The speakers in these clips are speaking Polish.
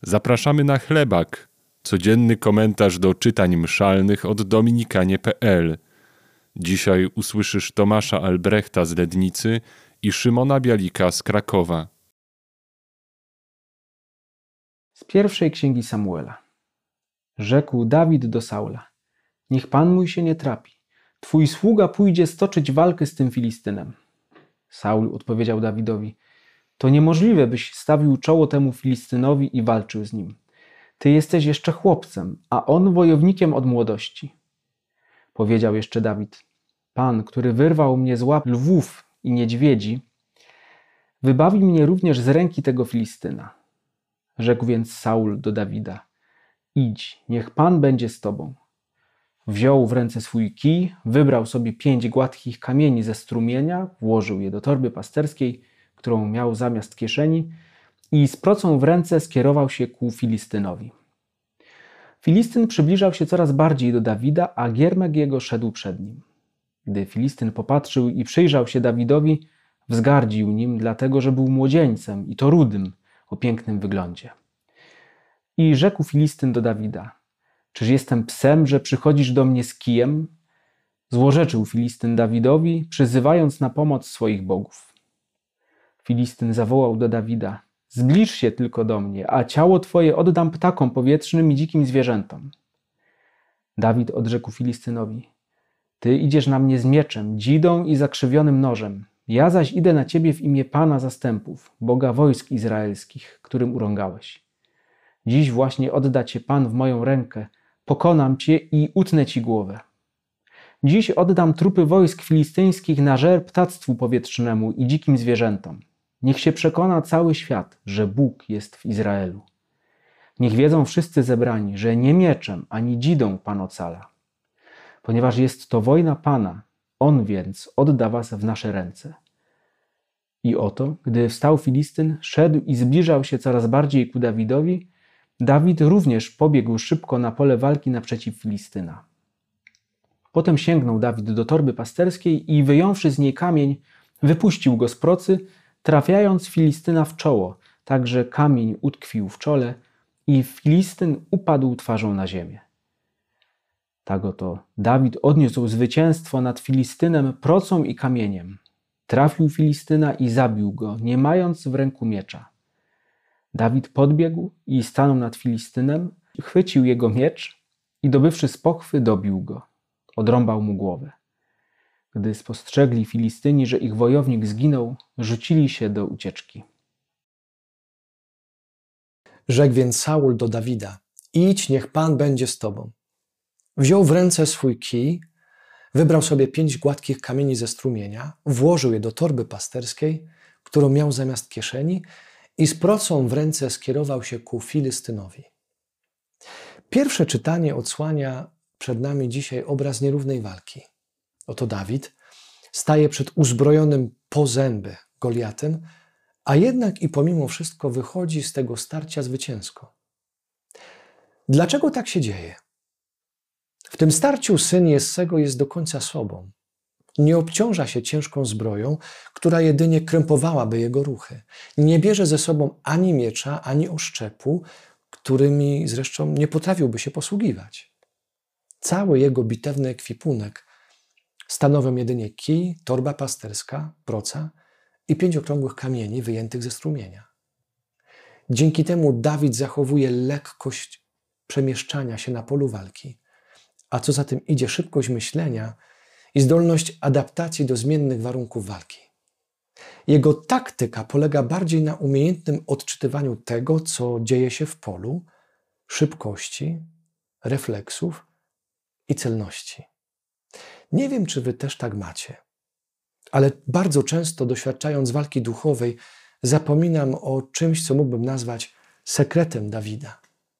Zapraszamy na Chlebak, codzienny komentarz do czytań mszalnych od dominikanie.pl. Dzisiaj usłyszysz Tomasza Albrechta z Lednicy i Szymona Bialika z Krakowa. Z pierwszej księgi Samuela. Rzekł Dawid do Saula: niech Pan mój się nie trapi. Twój sługa pójdzie stoczyć walkę z tym Filistynem. Saul odpowiedział Dawidowi: to niemożliwe, byś stawił czoło temu Filistynowi i walczył z nim. Ty jesteś jeszcze chłopcem, a on wojownikiem od młodości. Powiedział jeszcze Dawid: Pan, który wyrwał mnie z łap lwów i niedźwiedzi, wybawi mnie również z ręki tego Filistyna. Rzekł więc Saul do Dawida: idź, niech Pan będzie z tobą. Wziął w ręce swój kij, wybrał sobie 5 gładkich kamieni ze strumienia, włożył je do torby pasterskiej, którą miał zamiast kieszeni, i z procą w ręce skierował się ku Filistynowi. Filistyn przybliżał się coraz bardziej do Dawida, a giermek jego szedł przed nim. Gdy Filistyn popatrzył i przyjrzał się Dawidowi, wzgardził nim, dlatego że był młodzieńcem i to rudym, o pięknym wyglądzie. I rzekł Filistyn do Dawida: czyż jestem psem, że przychodzisz do mnie z kijem? Złorzeczył Filistyn Dawidowi, przyzywając na pomoc swoich bogów. Filistyn zawołał do Dawida: zbliż się tylko do mnie, a ciało twoje oddam ptakom powietrznym i dzikim zwierzętom. Dawid odrzekł Filistynowi: ty idziesz na mnie z mieczem, dzidą i zakrzywionym nożem. Ja zaś idę na ciebie w imię Pana zastępów, Boga wojsk izraelskich, którym urągałeś. Dziś właśnie odda cię Pan w moją rękę, pokonam cię i utnę ci głowę. Dziś oddam trupy wojsk filistyńskich na żer ptactwu powietrznemu i dzikim zwierzętom. Niech się przekona cały świat, że Bóg jest w Izraelu. Niech wiedzą wszyscy zebrani, że nie mieczem ani dzidą Pan ocala. Ponieważ jest to wojna Pana, On więc odda was w nasze ręce. I oto, gdy wstał Filistyn, szedł i zbliżał się coraz bardziej ku Dawidowi, Dawid również pobiegł szybko na pole walki naprzeciw Filistyna. Potem sięgnął Dawid do torby pasterskiej i wyjąwszy z niej kamień, wypuścił go z procy, trafiając Filistyna w czoło, tak że kamień utkwił w czole i Filistyn upadł twarzą na ziemię. Tak oto Dawid odniósł zwycięstwo nad Filistynem procą i kamieniem. Trafił Filistyna i zabił go, nie mając w ręku miecza. Dawid podbiegł i stanął nad Filistynem, chwycił jego miecz i dobywszy z pochwy, dobił go. Odrąbał mu głowę. Gdy spostrzegli Filistyni, że ich wojownik zginął, rzucili się do ucieczki. Rzekł więc Saul do Dawida: idź, niech Pan będzie z tobą. Wziął w ręce swój kij, wybrał sobie 5 gładkich kamieni ze strumienia, włożył je do torby pasterskiej, którą miał zamiast kieszeni, i z procą w ręce skierował się ku Filistynowi. Pierwsze czytanie odsłania przed nami dzisiaj obraz nierównej walki. Oto Dawid staje przed uzbrojonym po zęby Goliatem, a jednak i pomimo wszystko wychodzi z tego starcia zwycięsko. Dlaczego tak się dzieje? W tym starciu syn Jessego jest do końca sobą. Nie obciąża się ciężką zbroją, która jedynie krępowałaby jego ruchy. Nie bierze ze sobą ani miecza, ani oszczepu, którymi zresztą nie potrafiłby się posługiwać. Cały jego bitewny ekwipunek stanowią jedynie kij, torba pasterska, proca i 5 okrągłych kamieni wyjętych ze strumienia. Dzięki temu Dawid zachowuje lekkość przemieszczania się na polu walki, a co za tym idzie szybkość myślenia i zdolność adaptacji do zmiennych warunków walki. Jego taktyka polega bardziej na umiejętnym odczytywaniu tego, co dzieje się w polu, szybkości, refleksów i celności. Nie wiem, czy wy też tak macie, ale bardzo często doświadczając walki duchowej zapominam o czymś, co mógłbym nazwać sekretem Dawida.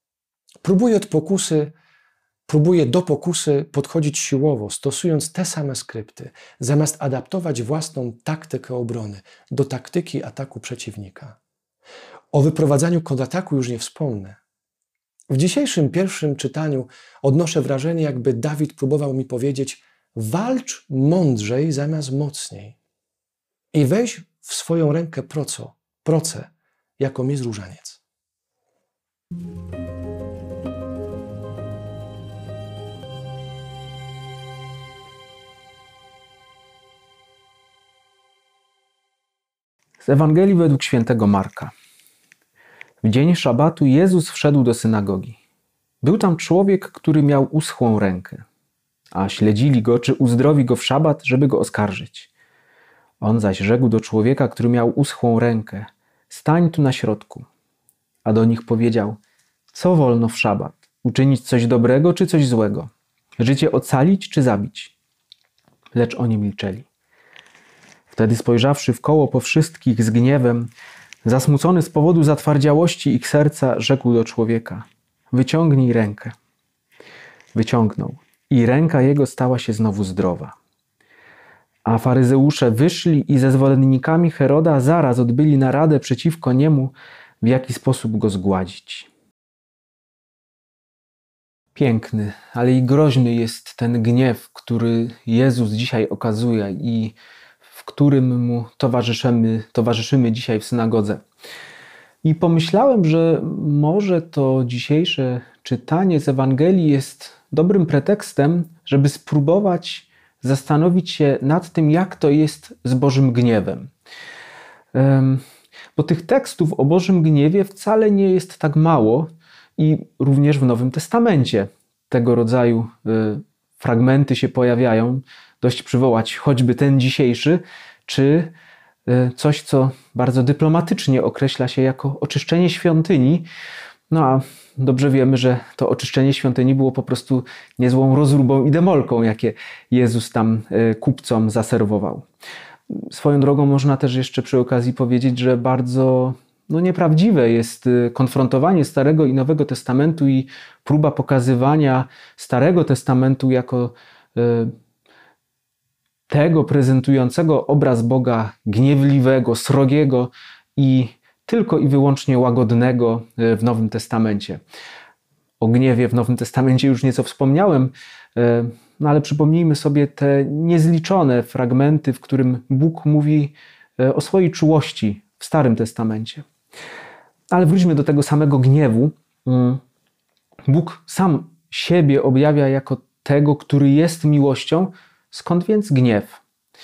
Próbuję do pokusy podchodzić siłowo, stosując te same skrypty, zamiast adaptować własną taktykę obrony do taktyki ataku przeciwnika. O wyprowadzaniu kontrataku już nie wspomnę. W dzisiejszym pierwszym czytaniu odnoszę wrażenie, jakby Dawid próbował mi powiedzieć: walcz mądrzej zamiast mocniej i weź w swoją rękę procę, jaką jest różaniec. Z Ewangelii według świętego Marka. W dzień szabatu Jezus wszedł do synagogi. Był tam człowiek, który miał uschłą rękę, a śledzili go, czy uzdrowi go w szabat, żeby go oskarżyć. On zaś rzekł do człowieka, który miał uschłą rękę: stań tu na środku. A do nich powiedział: co wolno w szabat? Uczynić coś dobrego, czy coś złego? Życie ocalić, czy zabić? Lecz oni milczeli. Wtedy spojrzawszy wkoło po wszystkich z gniewem, zasmucony z powodu zatwardziałości ich serca, rzekł do człowieka: wyciągnij rękę. Wyciągnął i ręka jego stała się znowu zdrowa. A faryzeusze wyszli i ze zwolennikami Heroda zaraz odbyli naradę przeciwko niemu, w jaki sposób go zgładzić. Piękny, ale i groźny jest ten gniew, który Jezus dzisiaj okazuje i w którym mu towarzyszymy dzisiaj w synagodze. I pomyślałem, że może to dzisiejsze czytanie z Ewangelii jest dobrym pretekstem, żeby spróbować zastanowić się nad tym, jak to jest z Bożym gniewem. Bo tych tekstów o Bożym gniewie wcale nie jest tak mało i również w Nowym Testamencie tego rodzaju fragmenty się pojawiają. Dość przywołać choćby ten dzisiejszy, czy coś, co bardzo dyplomatycznie określa się jako oczyszczenie świątyni. No a dobrze wiemy, że to oczyszczenie świątyni było po prostu niezłą rozróbą i demolką, jakie Jezus tam kupcom zaserwował. Swoją drogą można też jeszcze przy okazji powiedzieć, że bardzo nieprawdziwe jest konfrontowanie Starego i Nowego Testamentu i próba pokazywania Starego Testamentu jako tego prezentującego obraz Boga gniewliwego, srogiego i tylko i wyłącznie łagodnego w Nowym Testamencie. O gniewie w Nowym Testamencie już nieco wspomniałem, ale przypomnijmy sobie te niezliczone fragmenty, w którym Bóg mówi o swojej czułości w Starym Testamencie. Ale wróćmy do tego samego gniewu. Bóg sam siebie objawia jako tego, który jest miłością. Skąd więc gniew?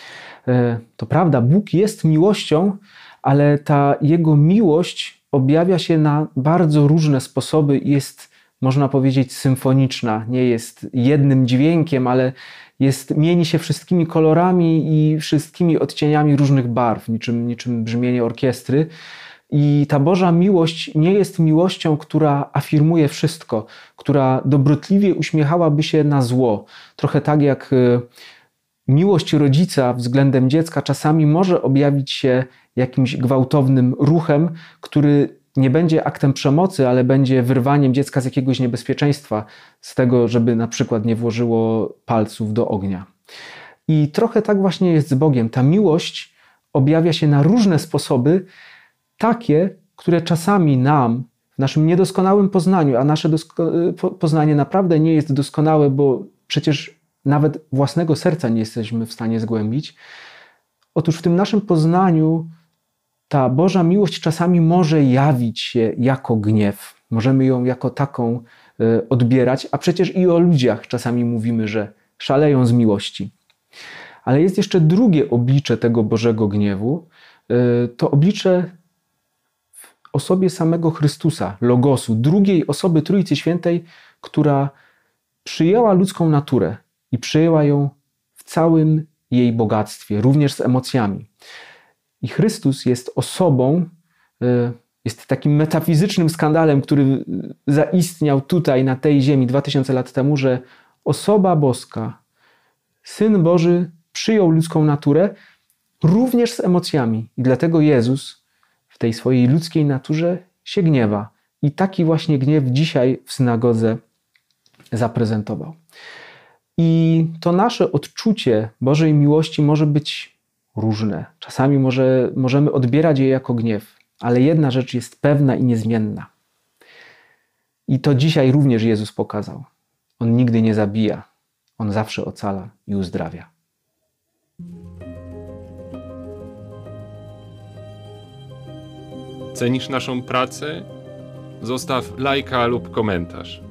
To prawda, Bóg jest miłością, ale ta Jego miłość objawia się na bardzo różne sposoby i jest, można powiedzieć, symfoniczna. Nie jest jednym dźwiękiem, ale mieni się wszystkimi kolorami i wszystkimi odcieniami różnych barw, niczym brzmienie orkiestry. I ta Boża miłość nie jest miłością, która afirmuje wszystko, która dobrotliwie uśmiechałaby się na zło. Trochę tak jak miłość rodzica względem dziecka czasami może objawić się jakimś gwałtownym ruchem, który nie będzie aktem przemocy, ale będzie wyrwaniem dziecka z jakiegoś niebezpieczeństwa, z tego, żeby na przykład nie włożyło palców do ognia. I trochę tak właśnie jest z Bogiem. Ta miłość objawia się na różne sposoby, takie, które czasami nam, w naszym niedoskonałym poznaniu, a nasze poznanie naprawdę nie jest doskonałe, bo przecież nawet własnego serca nie jesteśmy w stanie zgłębić. Otóż w tym naszym poznaniu ta Boża miłość czasami może jawić się jako gniew. Możemy ją jako taką odbierać, a przecież i o ludziach czasami mówimy, że szaleją z miłości. Ale jest jeszcze drugie oblicze tego Bożego gniewu. To oblicze w osobie samego Chrystusa, Logosu, drugiej osoby Trójcy Świętej, która przyjęła ludzką naturę i przyjęła ją w całym jej bogactwie, również z emocjami. I Chrystus jest osobą, jest takim metafizycznym skandalem, który zaistniał tutaj na tej ziemi 2000 lat temu, że osoba boska, Syn Boży przyjął ludzką naturę również z emocjami. I dlatego Jezus w tej swojej ludzkiej naturze się gniewa. I taki właśnie gniew dzisiaj w synagodze zaprezentował. I to nasze odczucie Bożej miłości może być różne. Czasami możemy odbierać je jako gniew, ale jedna rzecz jest pewna i niezmienna. I to dzisiaj również Jezus pokazał. On nigdy nie zabija. On zawsze ocala i uzdrawia. Cenisz naszą pracę? zostaw lajka lub komentarz.